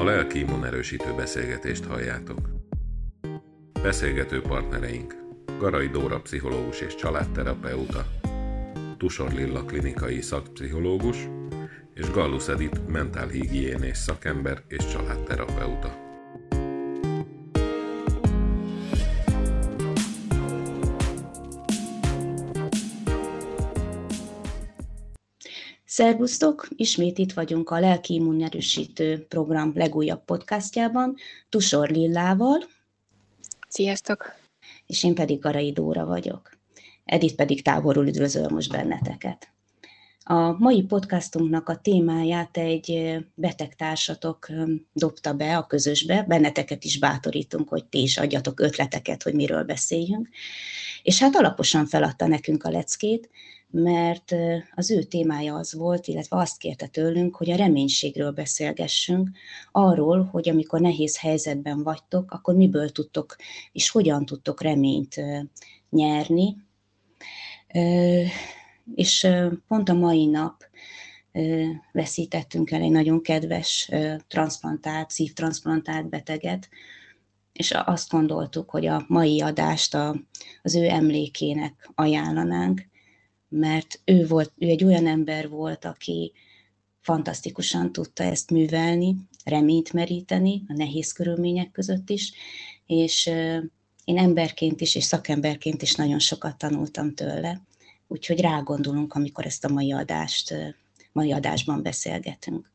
lelki immunerősítő beszélgetést halljátok. Beszélgető partnereink Garai Dóra pszichológus és családterapeuta, Tusor Lilla klinikai szakpszichológus és Gallus Edit mentálhigiénés szakember és családterapeuta. Szervusztok! Ismét itt vagyunk a Lelki Immunerősítő program legújabb podcastjában, Tusor Lillával. Sziasztok! És én pedig Garai Dóra vagyok. Edith pedig távolról üdvözöl most benneteket. A mai podcastunknak a témáját egy betegtársatok dobta be a közösbe, benneteket is bátorítunk, hogy ti is adjatok ötleteket, hogy miről beszéljünk. És hát alaposan feladta nekünk a leckét, mert az ő témája az volt, illetve azt kérte tőlünk, hogy a reménységről beszélgessünk, arról, hogy amikor nehéz helyzetben vagytok, akkor miből tudtok és hogyan tudtok reményt nyerni. És pont a mai nap veszítettünk el egy nagyon kedves szívtranszplantált beteget, és azt gondoltuk, hogy a mai adást az ő emlékének ajánlanánk, mert ő egy olyan ember volt, aki fantasztikusan tudta ezt művelni, reményt meríteni a nehéz körülmények között is, és én emberként is, és szakemberként is nagyon sokat tanultam tőle, úgyhogy rágondolunk, amikor ezt a mai adásban beszélgetünk.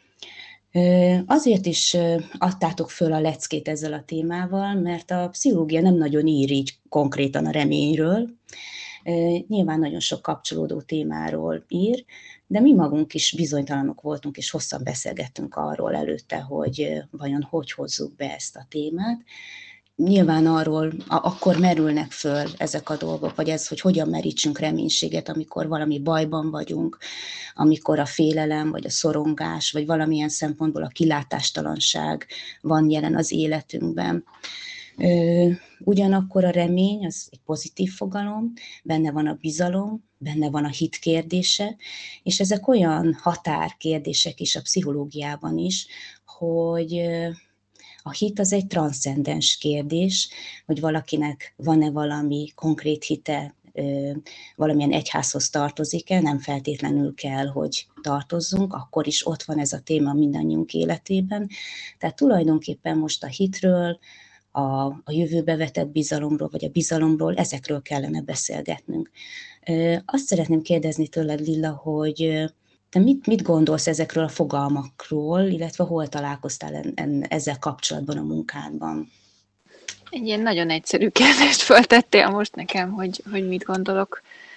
Azért is adtátok föl a leckét ezzel a témával, mert a pszichológia nem nagyon ír így konkrétan a reményről, nyilván nagyon sok kapcsolódó témáról ír, de mi magunk is bizonytalanok voltunk, és hosszan beszélgettünk arról előtte, hogy vajon hogy hozzuk be ezt a témát. Nyilván arról akkor merülnek föl ezek a dolgok, vagy ez, hogy hogyan merítsünk reménységet, amikor valami bajban vagyunk, amikor a félelem, vagy a szorongás, vagy valamilyen szempontból a kilátástalanság van jelen az életünkben. Ugyanakkor a remény az egy pozitív fogalom, benne van a bizalom, benne van a hit kérdése, és ezek olyan határkérdések is a pszichológiában is, hogy a hit az egy transzcendens kérdés, hogy valakinek van-e valami konkrét hite, valamilyen egyházhoz tartozik-e, nem feltétlenül kell, hogy tartozzunk, akkor is ott van ez a téma mindannyiunk életében. Tehát tulajdonképpen most a hitről, a jövőbe vetett bizalomról, vagy a bizalomról, ezekről kellene beszélgetnünk. Azt szeretném kérdezni tőled, Lilla, hogy te mit gondolsz ezekről a fogalmakról, illetve hol találkoztál ezzel kapcsolatban a munkádban? Egy ilyen nagyon egyszerű kérdést föltettél most nekem, hogy mit gondolok.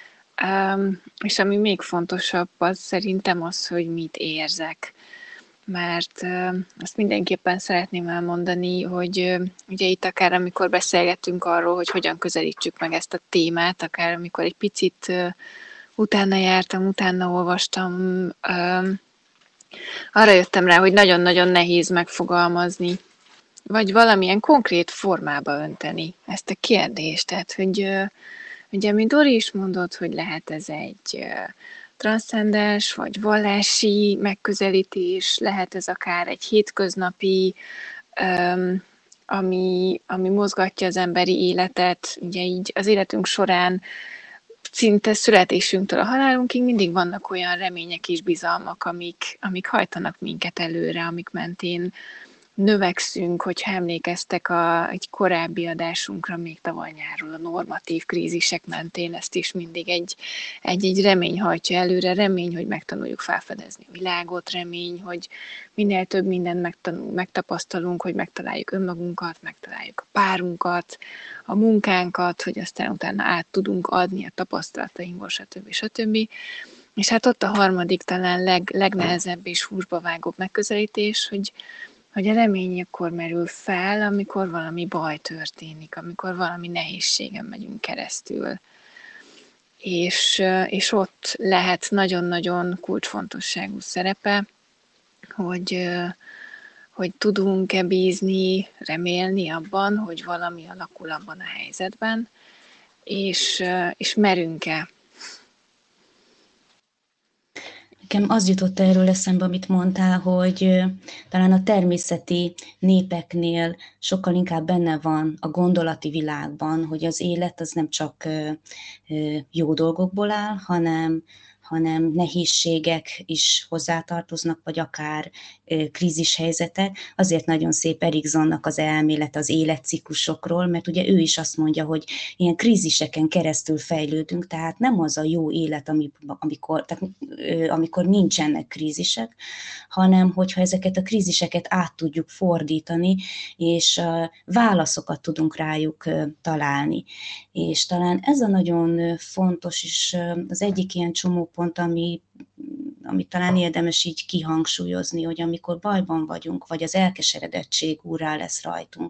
És ami még fontosabb, az szerintem az, hogy mit érzek. Mert azt mindenképpen szeretném elmondani, hogy ugye itt akár amikor beszélgettünk arról, hogy hogyan közelítsük meg ezt a témát, akár amikor egy picit utána jártam, utána olvastam, arra jöttem rá, hogy nagyon-nagyon nehéz megfogalmazni, vagy valamilyen konkrét formába önteni ezt a kérdést. Tehát, hogy ugye, mint Dori is mondott, hogy lehet ez egy transzcendens vagy vallási megközelítés, lehet ez akár egy hétköznapi, ami mozgatja az emberi életet, ugye így az életünk során szinte születésünktől a halálunkig mindig vannak olyan remények és bizalmak, amik hajtanak minket előre, amik mentén növekszünk, hogyha emlékeztek egy korábbi adásunkra még tavaly nyáról a normatív krízisek mentén, ezt is mindig egy remény hajtja előre, remény, hogy megtanuljuk felfedezni a világot, remény, hogy minél több mindent megtapasztalunk, hogy megtaláljuk önmagunkat, megtaláljuk a párunkat, a munkánkat, hogy aztán utána át tudunk adni a tapasztalatainkból, stb. És hát ott a harmadik, talán legnehezebb és húsba vágóbb megközelítés, hogy a remény akkor merül fel, amikor valami baj történik, amikor valami nehézségen megyünk keresztül. És ott lehet nagyon-nagyon kulcsfontosságú szerepe, hogy tudunk-e bízni, remélni abban, hogy valami alakul abban a helyzetben, és merünk-e. Nekem az jutott erről eszembe, amit mondtál, hogy talán a természeti népeknél sokkal inkább benne van a gondolati világban, hogy az élet az nem csak jó dolgokból áll, hanem nehézségek is hozzátartoznak, vagy akár krízishelyzetek. Azért nagyon szép Eriksonnak az elmélet az életciklusokról, mert ugye ő is azt mondja, hogy ilyen kríziseken keresztül fejlődünk, tehát nem az a jó élet, amikor nincsenek krízisek, hanem hogyha ezeket a kríziseket át tudjuk fordítani, és válaszokat tudunk rájuk találni. És talán ez a nagyon fontos, és az egyik ilyen csomópont, amit talán érdemes így kihangsúlyozni, hogy amikor bajban vagyunk, vagy az elkeseredettség úrrá lesz rajtunk,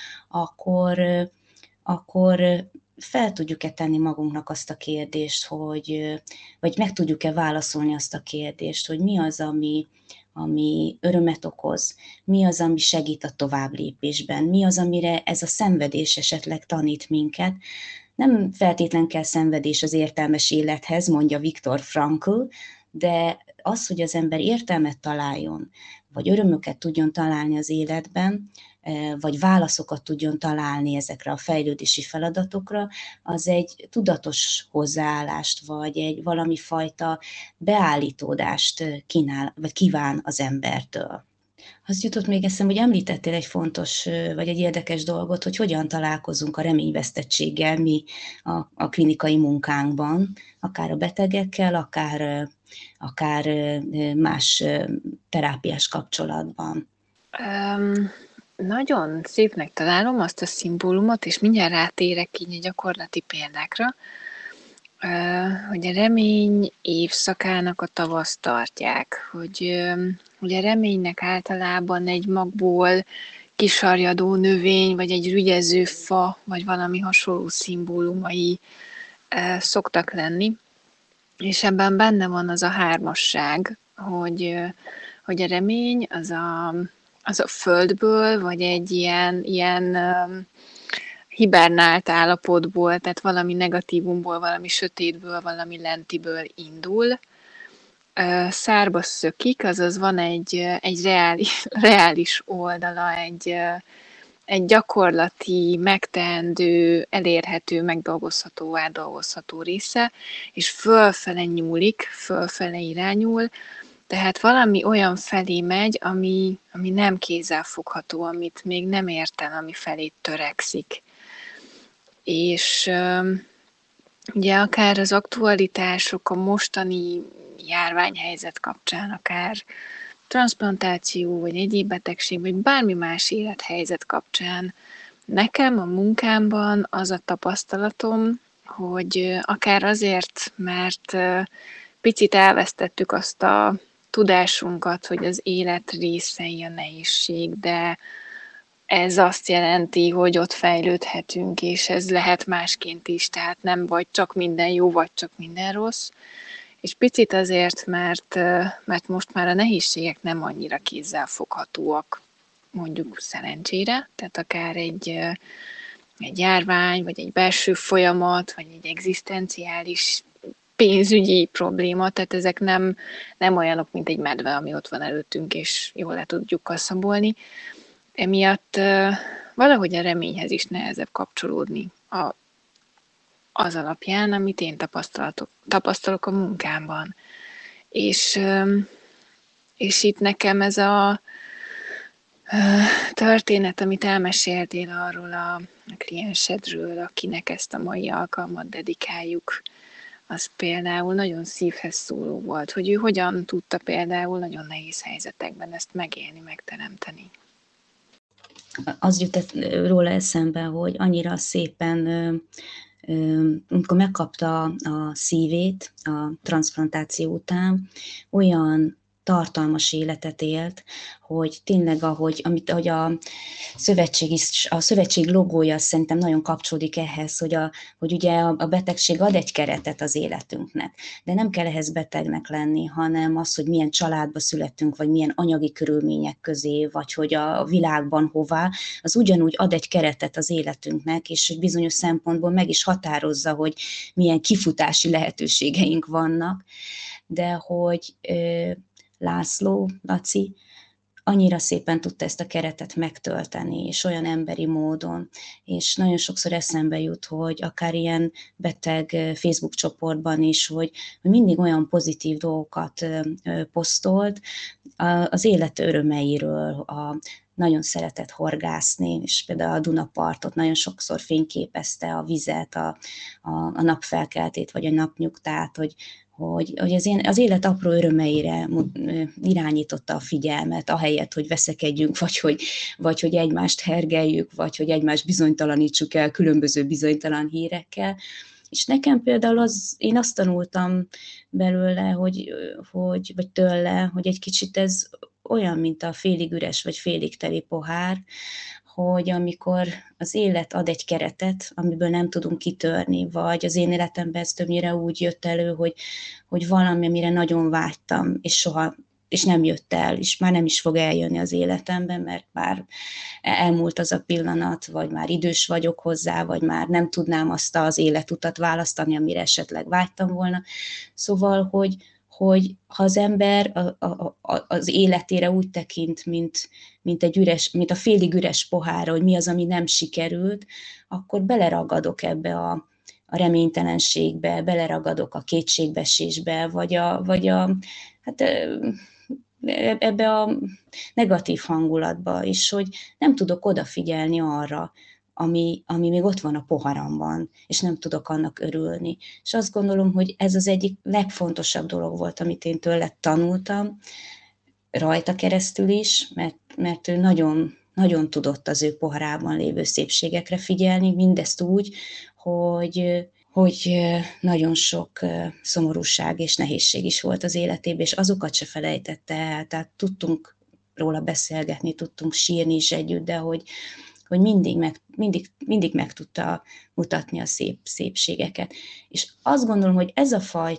akkor fel tudjuk-e tenni magunknak azt a kérdést, vagy meg tudjuk-e válaszolni azt a kérdést, hogy mi az, ami örömet okoz, mi az, ami segít a továbblépésben, mi az, amire ez a szenvedés esetleg tanít minket. Nem feltétlen kell szenvedés az értelmes élethez, mondja Viktor Frankl, de az, hogy az ember értelmet találjon, vagy örömöket tudjon találni az életben, vagy válaszokat tudjon találni ezekre a fejlődési feladatokra, az egy tudatos hozzáállást, vagy egy valami fajta beállítódást kínál, vagy kíván az embertől. Az jutott még eszembe, hogy említettél egy fontos, vagy egy érdekes dolgot, hogy hogyan találkozunk a reményvesztettséggel mi a klinikai munkánkban, akár a betegekkel, akár más terápiás kapcsolatban. Nagyon szépnek találom azt a szimbólumot, és mindjárt rátérek így a gyakorlati példákra, hogy a remény évszakának a tavaszt tartják, hogy a reménynek általában egy magból kisarjadó növény, vagy egy rügyező fa, vagy valami hasonló szimbólumai szoktak lenni, és ebben benne van az a hármasság, hogy a remény az a földből, vagy egy ilyen hibernált állapotból, tehát valami negatívumból, valami sötétből, valami lentiből indul, szárba szökik, azaz van egy reális oldala, egy gyakorlati, megteendő, elérhető, megdolgozható, átdolgozható része, és fölfele nyúlik, fölfele irányul, tehát valami olyan felé megy, ami nem kézzelfogható, amit még nem ért el, ami felé törekszik. És ugye akár az aktualitások, a mostani járványhelyzet kapcsán, akár transzplantáció, vagy egyéb betegség, vagy bármi más élethelyzet kapcsán, nekem a munkámban az a tapasztalatom, hogy akár azért, mert picit elvesztettük azt a tudásunkat, hogy az élet részei a nehézség, de ez azt jelenti, hogy ott fejlődhetünk, és ez lehet másként is, tehát nem vagy csak minden jó, vagy csak minden rossz. És picit azért, mert most már a nehézségek nem annyira kézzelfoghatóak, mondjuk szerencsére, tehát akár egy járvány, vagy egy belső folyamat, vagy egy egzisztenciális pénzügyi probléma, tehát ezek nem olyanok, mint egy medve, ami ott van előttünk, és jól le tudjuk kasszabolni. Emiatt valahogy a reményhez is nehezebb kapcsolódni az alapján, amit én tapasztalok a munkámban. És itt nekem ez a történet, amit elmeséltél arról a kliensedről, akinek ezt a mai alkalmat dedikáljuk, az például nagyon szívhez szóló volt, hogy ő hogyan tudta például nagyon nehéz helyzetekben ezt megélni, megteremteni. Az jut róla eszembe, hogy annyira szépen, amikor megkapta a szívét a transzplantáció után, olyan tartalmas életet élt, hogy tényleg, ahogy a szövetség logója szerintem nagyon kapcsolódik ehhez, hogy ugye a betegség ad egy keretet az életünknek, de nem kell ehhez betegnek lenni, hanem az, hogy milyen családba születtünk, vagy milyen anyagi körülmények közé, vagy hogy a világban hová, az ugyanúgy ad egy keretet az életünknek, és hogy bizonyos szempontból meg is határozza, hogy milyen kifutási lehetőségeink vannak, de hogy László, Laci, annyira szépen tudta ezt a keretet megtölteni, és olyan emberi módon, és nagyon sokszor eszembe jut, hogy akár ilyen beteg Facebook csoportban is, hogy mindig olyan pozitív dolgokat posztolt az élet örömeiről, nagyon szeretett horgászni, és például a Dunapartot nagyon sokszor fényképezte, a vizet, a napfelkeltét, vagy a napnyugtát, hogy az élet apró örömeire irányította a figyelmet, ahelyett, hogy veszekedjünk, vagy hogy egymást hergeljük, vagy hogy egymást bizonytalanítsuk el különböző bizonytalan hírekkel. És nekem például én azt tanultam belőle, vagy tőle, hogy egy kicsit ez olyan, mint a félig üres vagy félig teli pohár, hogy amikor az élet ad egy keretet, amiből nem tudunk kitörni, vagy az én életemben ez többnyire úgy jött elő, hogy valami, amire nagyon vágytam, és nem jött el, és már nem is fog eljönni az életemben, mert már elmúlt az a pillanat, vagy már idős vagyok hozzá, vagy már nem tudnám azt az életutat választani, amire esetleg vágytam volna. Szóval, hogy ha az ember az életére úgy tekint, mint a félig üres pohárra, hogy mi az, ami nem sikerült, akkor beleragadok ebbe a reménytelenségbe, beleragadok a kétségbeesésbe, ebbe a negatív hangulatba, és hogy nem tudok odafigyelni arra, ami még ott van a poharamban, és nem tudok annak örülni. És azt gondolom, hogy ez az egyik legfontosabb dolog volt, amit én tőle tanultam, rajta keresztül is, mert ő nagyon, nagyon tudott az ő poharában lévő szépségekre figyelni, mindezt úgy, hogy nagyon sok szomorúság és nehézség is volt az életében, és azokat se felejtette el, tehát tudtunk róla beszélgetni, tudtunk sírni is együtt, de hogy mindig meg tudta mutatni a szépségeket. És azt gondolom, hogy ez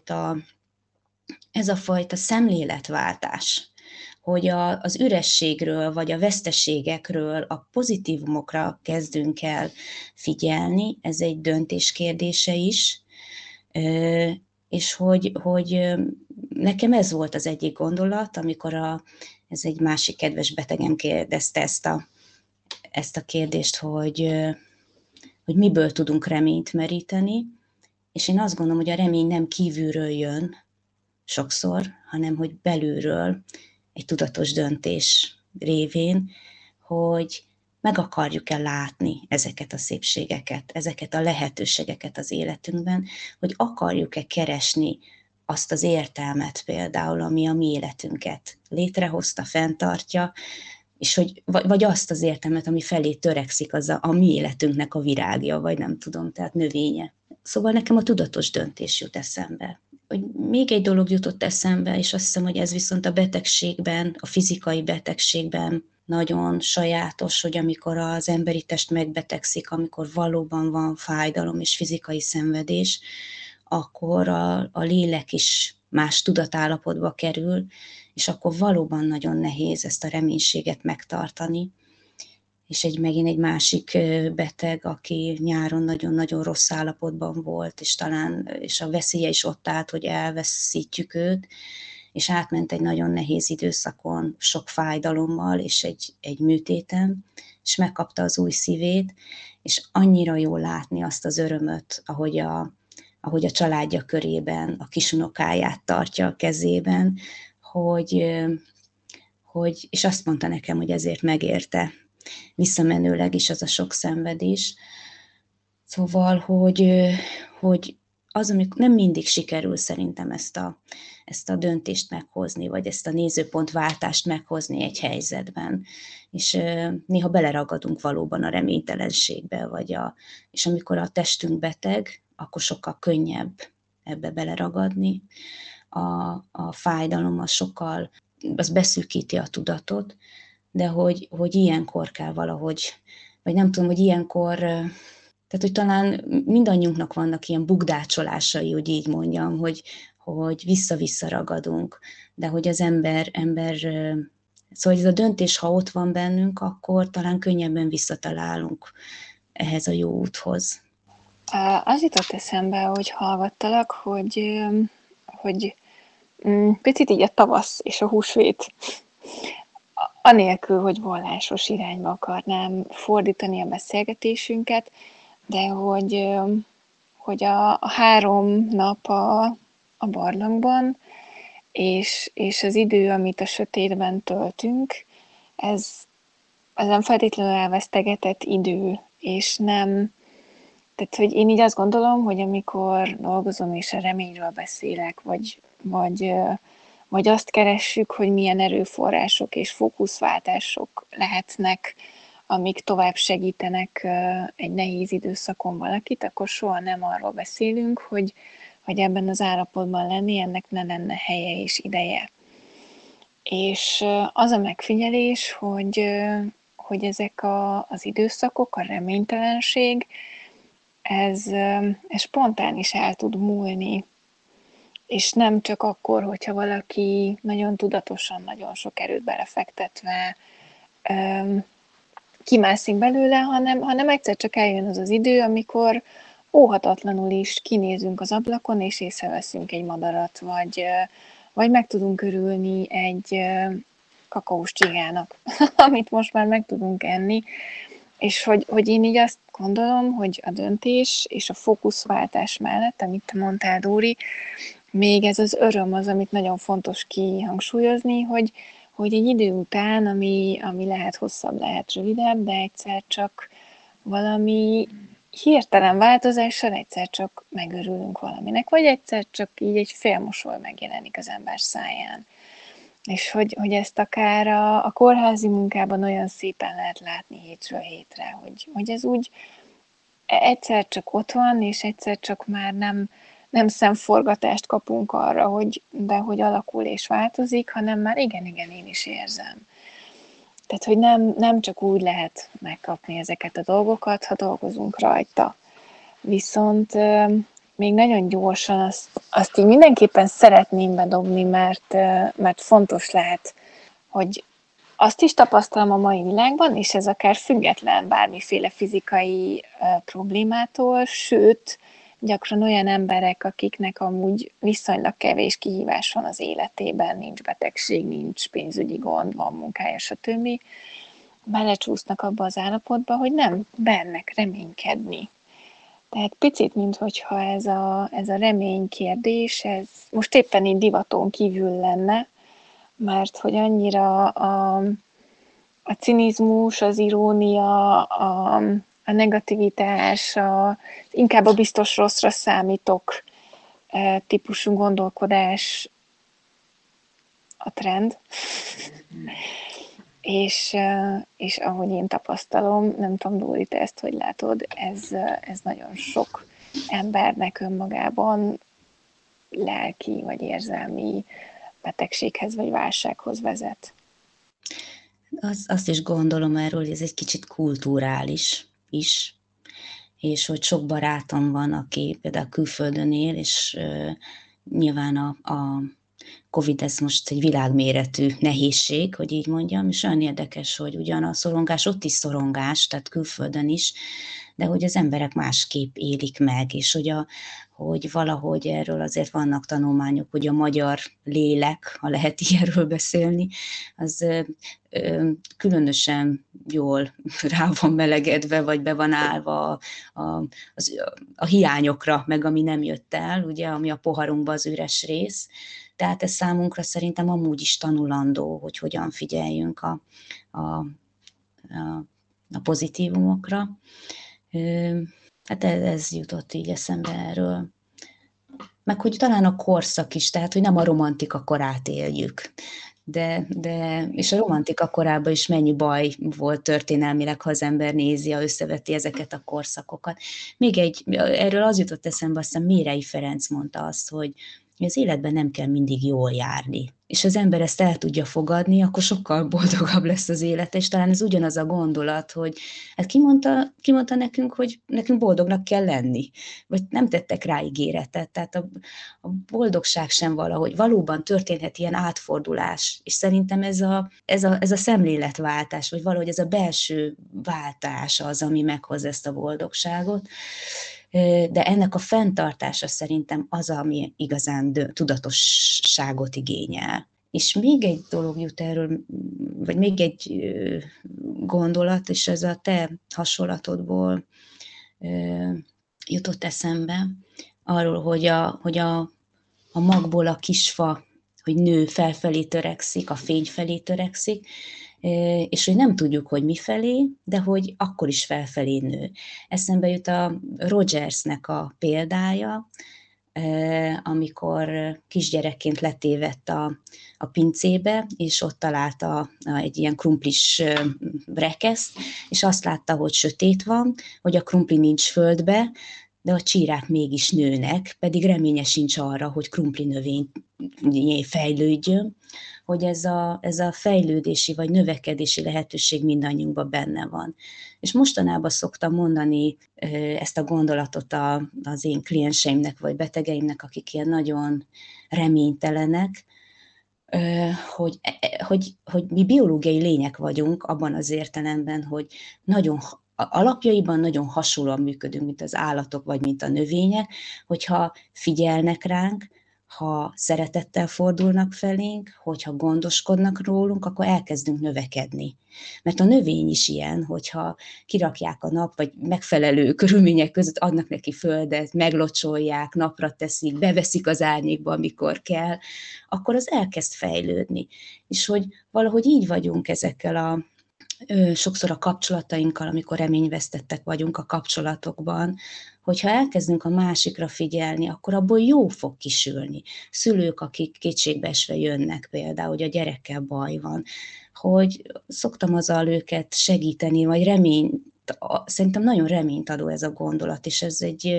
a fajta szemléletváltás, hogy az ürességről, vagy a veszteségekről, a pozitívumokra kezdünk el figyelni, ez egy döntés kérdése is, és hogy nekem ez volt az egyik gondolat, amikor ez egy másik kedves betegem kérdezte ezt a kérdést, hogy miből tudunk reményt meríteni, és én azt gondolom, hogy a remény nem kívülről jön sokszor, hanem hogy belülről, egy tudatos döntés révén, hogy meg akarjuk-e látni ezeket a szépségeket, ezeket a lehetőségeket az életünkben, hogy akarjuk-e keresni azt az értelmet például, ami a mi életünket létrehozta, fenntartja, és vagy azt az értelmet, ami felé törekszik, az a mi életünknek a virágja, vagy nem tudom, tehát növénye. Szóval nekem a tudatos döntés jut eszembe. Hogy még egy dolog jutott eszembe, és azt hiszem, hogy ez viszont a betegségben, a fizikai betegségben nagyon sajátos, hogy amikor az emberi test megbetegszik, amikor valóban van fájdalom és fizikai szenvedés, akkor a lélek is más tudatállapotba kerül, és akkor valóban nagyon nehéz ezt a reménységet megtartani. És megint egy másik beteg, aki nyáron nagyon-nagyon rossz állapotban volt, és a veszélye is ott állt, hogy elveszítjük őt, és átment egy nagyon nehéz időszakon, sok fájdalommal, és egy műtéten, és megkapta az új szívét, és annyira jó látni azt az örömöt, ahogy a családja körében a kisunokáját tartja a kezében, és azt mondta nekem, hogy ezért megérte visszamenőleg is az a sok szenvedés. Szóval, hogy az, amikor nem mindig sikerül szerintem ezt a döntést meghozni, vagy ezt a nézőpontváltást meghozni egy helyzetben. És néha beleragadunk valóban a reménytelenségbe, és amikor a testünk beteg, akkor sokkal könnyebb ebbe beleragadni. A fájdalom az sokkal az beszűkíti a tudatot, de hogy ilyenkor kell valahogy, vagy nem tudom, hogy ilyenkor, tehát hogy talán mindannyiunknak vannak ilyen bugdácsolásai, hogy így mondjam, hogy vissza-vissza ragadunk, de hogy az ember, szóval ez a döntés, ha ott van bennünk, akkor talán könnyebben visszatalálunk ehhez a jó úthoz. Az jutott eszembe, hogy hallgattalak, hogy picit így a tavasz és a húsvét, anélkül, hogy vallásos irányba akarnám fordítani a beszélgetésünket, de hogy a 3 nap a barlangban, és az idő, amit a sötétben töltünk, ez nem feltétlenül elvesztegetett idő, és nem, tehát hogy én így azt gondolom, hogy amikor dolgozom és a reményről beszélek, vagy azt keressük, hogy milyen erőforrások és fókuszváltások lehetnek, amik tovább segítenek egy nehéz időszakon valakit, akkor soha nem arról beszélünk, hogy ebben az állapotban lenni, ennek ne lenne helye és ideje. És az a megfigyelés, hogy ezek az időszakok, a reménytelenség, ez spontán is el tud múlni. És nem csak akkor, hogyha valaki nagyon tudatosan, nagyon sok erőt belefektetve kimászik belőle, hanem egyszer csak eljön az idő, amikor óhatatlanul is kinézünk az ablakon, és észreveszünk egy madarat, vagy meg tudunk örülni egy kakaós csigának, amit most már meg tudunk enni, és hogy én így azt gondolom, hogy a döntés és a fókuszváltás mellett, amit te mondtál, Dóri, még ez az öröm az, amit nagyon fontos kihangsúlyozni, hogy egy idő után, ami lehet hosszabb, lehet rövidebb, de egyszer csak valami hirtelen változással egyszer csak megörülünk valaminek, vagy egyszer csak így egy félmosoly megjelenik az ember száján. És hogy ezt akár a kórházi munkában olyan szépen lehet látni hétről hétre, hogy ez úgy egyszer csak ott van, és egyszer csak már nem szemforgatást kapunk arra, hogy alakul és változik, hanem már igen, én is érzem. Tehát, hogy nem csak úgy lehet megkapni ezeket a dolgokat, ha dolgozunk rajta. Viszont még nagyon gyorsan azt így mindenképpen szeretném bedobni, mert fontos lehet, hogy azt is tapasztalom a mai világban, és ez akár független bármiféle fizikai problémától, sőt, gyakran olyan emberek, akiknek amúgy viszonylag kevés kihívás van az életében, nincs betegség, nincs pénzügyi gond, van munkája, stb. Belecsúsznak abba az állapotba, hogy nem bennek reménykedni. Tehát picit, minthogyha ez a remény kérdés, ez most éppen így divaton kívül lenne, mert hogy annyira a cinizmus, az irónia, a negativitás, inkább a biztos rosszra számítok típusú gondolkodás a trend. És ahogy én tapasztalom, nem tudom, Dóri, te ezt hogy látod, ez nagyon sok embernek önmagában lelki vagy érzelmi betegséghez vagy válsághoz vezet. Azt is gondolom erről, hogy ez egy kicsit kulturális is, és hogy sok barátom van, aki például külföldön él, és nyilván a Covid ez most egy világméretű nehézség, hogy így mondjam, és olyan érdekes, hogy ugyan a szorongás ott is szorongás, tehát külföldön is, de hogy az emberek másképp élik meg, és hogy valahogy erről azért vannak tanulmányok, hogy a magyar lélek, ha lehet ilyenről beszélni, az különösen jól rá van melegedve, vagy be van állva a hiányokra, meg ami nem jött el, ugye, ami a poharunkban az üres rész. Tehát ez számunkra szerintem amúgy is tanulandó, hogy hogyan figyeljünk a pozitívumokra. Hát ez jutott így eszembe erről. Meg hogy talán a korszak is, tehát hogy nem a romantika korát éljük. És a romantika korában is mennyi baj volt történelmileg, ha az ember nézi, összeveti ezeket a korszakokat. Erről az jutott eszembe, azt hiszem Mérei Ferenc mondta azt, hogy az életben nem kell mindig jól járni. és az ember ezt el tudja fogadni, akkor sokkal boldogabb lesz az élete, és talán ez ugyanaz a gondolat, hogy hát ki mondta nekünk, hogy nekünk boldognak kell lenni, vagy nem tettek rá ígéretet, tehát a boldogság sem valahogy, valóban történhet ilyen átfordulás, és szerintem ez a szemléletváltás, vagy valahogy ez a belső váltás az, ami meghoz ezt a boldogságot, de ennek a fenntartása szerintem az, ami igazán tudatosságot igényel. És még egy dolog jut erről, vagy még egy gondolat, és ez a te hasonlatodból jutott eszembe, arról, hogy a magból a kisfa, hogy nő felfelé törekszik, a fény felé törekszik, és hogy nem tudjuk, hogy mifelé, de hogy akkor is felfelé nő. Eszembe jut a Rogersnek a példája, amikor kisgyerekként letévedt a pincébe, és ott találta egy ilyen krumplis rekeszt, és azt látta, hogy sötét van, hogy a krumpli nincs földbe, de a csírák mégis nőnek, pedig reménye sincs arra, hogy krumpli növény fejlődjön, hogy ez a fejlődési vagy növekedési lehetőség mindannyiunkban benne van. És mostanában szoktam mondani ezt a gondolatot az én klienseimnek vagy betegeimnek, akik ilyen nagyon reménytelenek, hogy mi biológiai lények vagyunk abban az értelemben, hogy nagyon alapjaiban nagyon hasonlóan működünk, mint az állatok, vagy mint a növények, hogyha figyelnek ránk, ha szeretettel fordulnak felénk, hogyha gondoskodnak rólunk, akkor elkezdünk növekedni. Mert a növény is ilyen, hogyha kirakják a nap, vagy megfelelő körülmények között adnak neki földet, meglocsolják, napra teszik, beveszik az árnyékba, amikor kell, akkor az elkezd fejlődni. És hogy valahogy így vagyunk ezekkel sokszor a kapcsolatainkkal, amikor reményvesztettek vagyunk a kapcsolatokban, hogyha elkezdünk a másikra figyelni, akkor abból jó fog kisülni. Szülők, akik kétségbeesve jönnek például, hogy a gyerekkel baj van, hogy szoktam azzal őket segíteni, vagy szerintem nagyon reményt adó ez a gondolat, és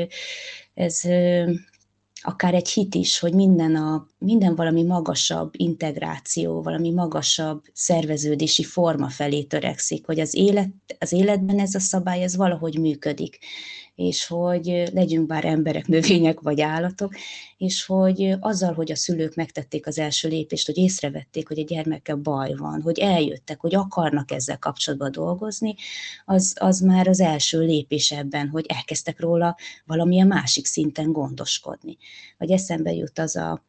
ez akár egy hit is, hogy minden valami magasabb integráció, valami magasabb szerveződési forma felé törekszik, hogy az életben ez a szabály, ez valahogy működik, és hogy legyünk bár emberek, növények vagy állatok, és hogy azzal, hogy a szülők megtették az első lépést, hogy észrevették, hogy a gyermekkel baj van, hogy eljöttek, hogy akarnak ezzel kapcsolatban dolgozni, az már az első lépés ebben, hogy elkezdtek róla valamilyen másik szinten gondoskodni. Vagy eszembe jut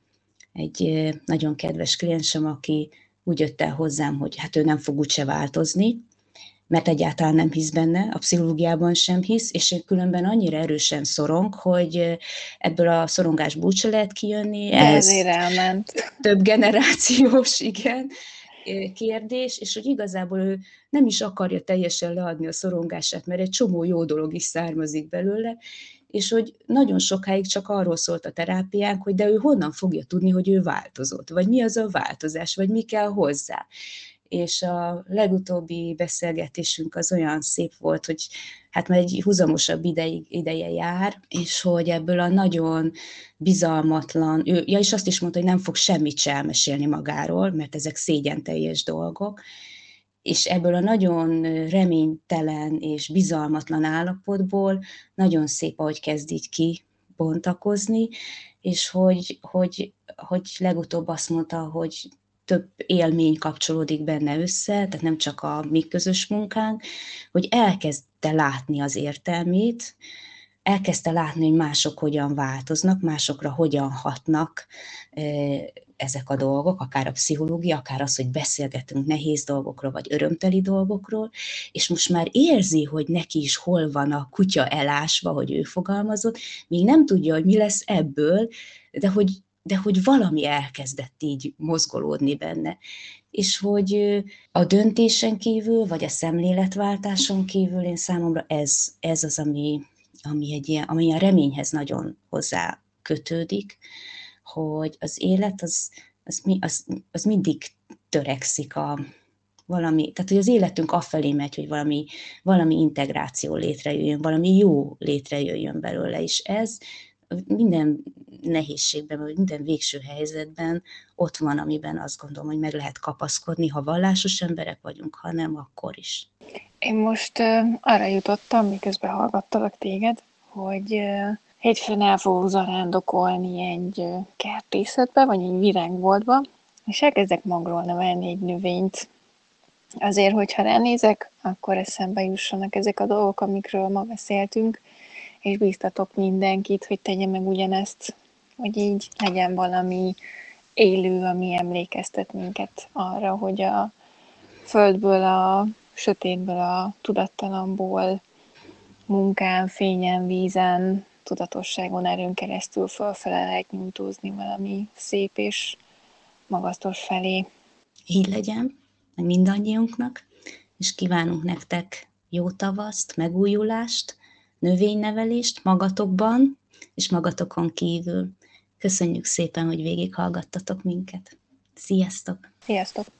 egy nagyon kedves kliensem, aki úgy jött el hozzám, hogy hát ő nem fog úgyse változni, mert egyáltalán nem hisz benne, a pszichológiában sem hisz, és különben annyira erősen szorong, hogy ebből a szorongásból se lehet kijönni. De ezért elment. Több generációs, igen, kérdés, és hogy igazából ő nem is akarja teljesen leadni a szorongását, mert egy csomó jó dolog is származik belőle, és hogy nagyon sokáig csak arról szólt a terápiánk, hogy de ő honnan fogja tudni, hogy ő változott, vagy mi az a változás, vagy mi kell hozzá. És a legutóbbi beszélgetésünk az olyan szép volt, hogy hát már egy húzamosabb ideje jár, és hogy ebből a nagyon bizalmatlan, és azt is mondta, hogy nem fog semmit sem elmesélni magáról, mert ezek szégyenteljes dolgok, és ebből a nagyon reménytelen és bizalmatlan állapotból nagyon szép, ahogy kezd így kibontakozni, és hogy legutóbb azt mondta, hogy több élmény kapcsolódik benne össze, tehát nem csak a mi közös munkánk, hogy elkezdte látni az értelmét, elkezdte látni, hogy mások hogyan változnak, másokra hogyan hatnak ezek a dolgok, akár a pszichológia, akár az, hogy beszélgetünk nehéz dolgokról, vagy örömteli dolgokról, és most már érzi, hogy neki is hol van a kutya elásva, hogy ő fogalmazott, még nem tudja, hogy mi lesz ebből, de hogy valami elkezdett így mozgolódni benne. És hogy a döntésen kívül, vagy a szemléletváltáson kívül én számomra ez az, ami a reményhez nagyon hozzá kötődik, hogy az élet az mindig törekszik tehát hogy az életünk afelé megy, hogy valami integráció létrejöjjön, valami jó létrejöjjön belőle, és ez minden nehézségben, vagy minden végső helyzetben ott van, amiben azt gondolom, hogy meg lehet kapaszkodni, ha vallásos emberek vagyunk, ha nem, akkor is. Én most arra jutottam, miközben hallgattalak téged, hogy hétfőn el fogok zarándokolni egy kertészetbe, vagy egy virágboltba, és elkezdek magról nevelni egy növényt. Azért, hogyha ránézek, akkor eszembe jussanak ezek a dolgok, amikről ma beszéltünk, és bíztatok mindenkit, hogy tegye meg ugyanezt, hogy így legyen valami élő, ami emlékeztet minket arra, hogy a földből, a sötétből, a tudattalamból, munkán, fényen, vízen, tudatosságon, erőn keresztül fölfele lehet nyújtózni valami szép és magasztos felé. Így legyen, meg mindannyiunknak, és kívánunk nektek jó tavaszt, megújulást, növénynevelést magatokban és magatokon kívül. Köszönjük szépen, hogy végighallgattatok minket. Sziasztok! Sziasztok!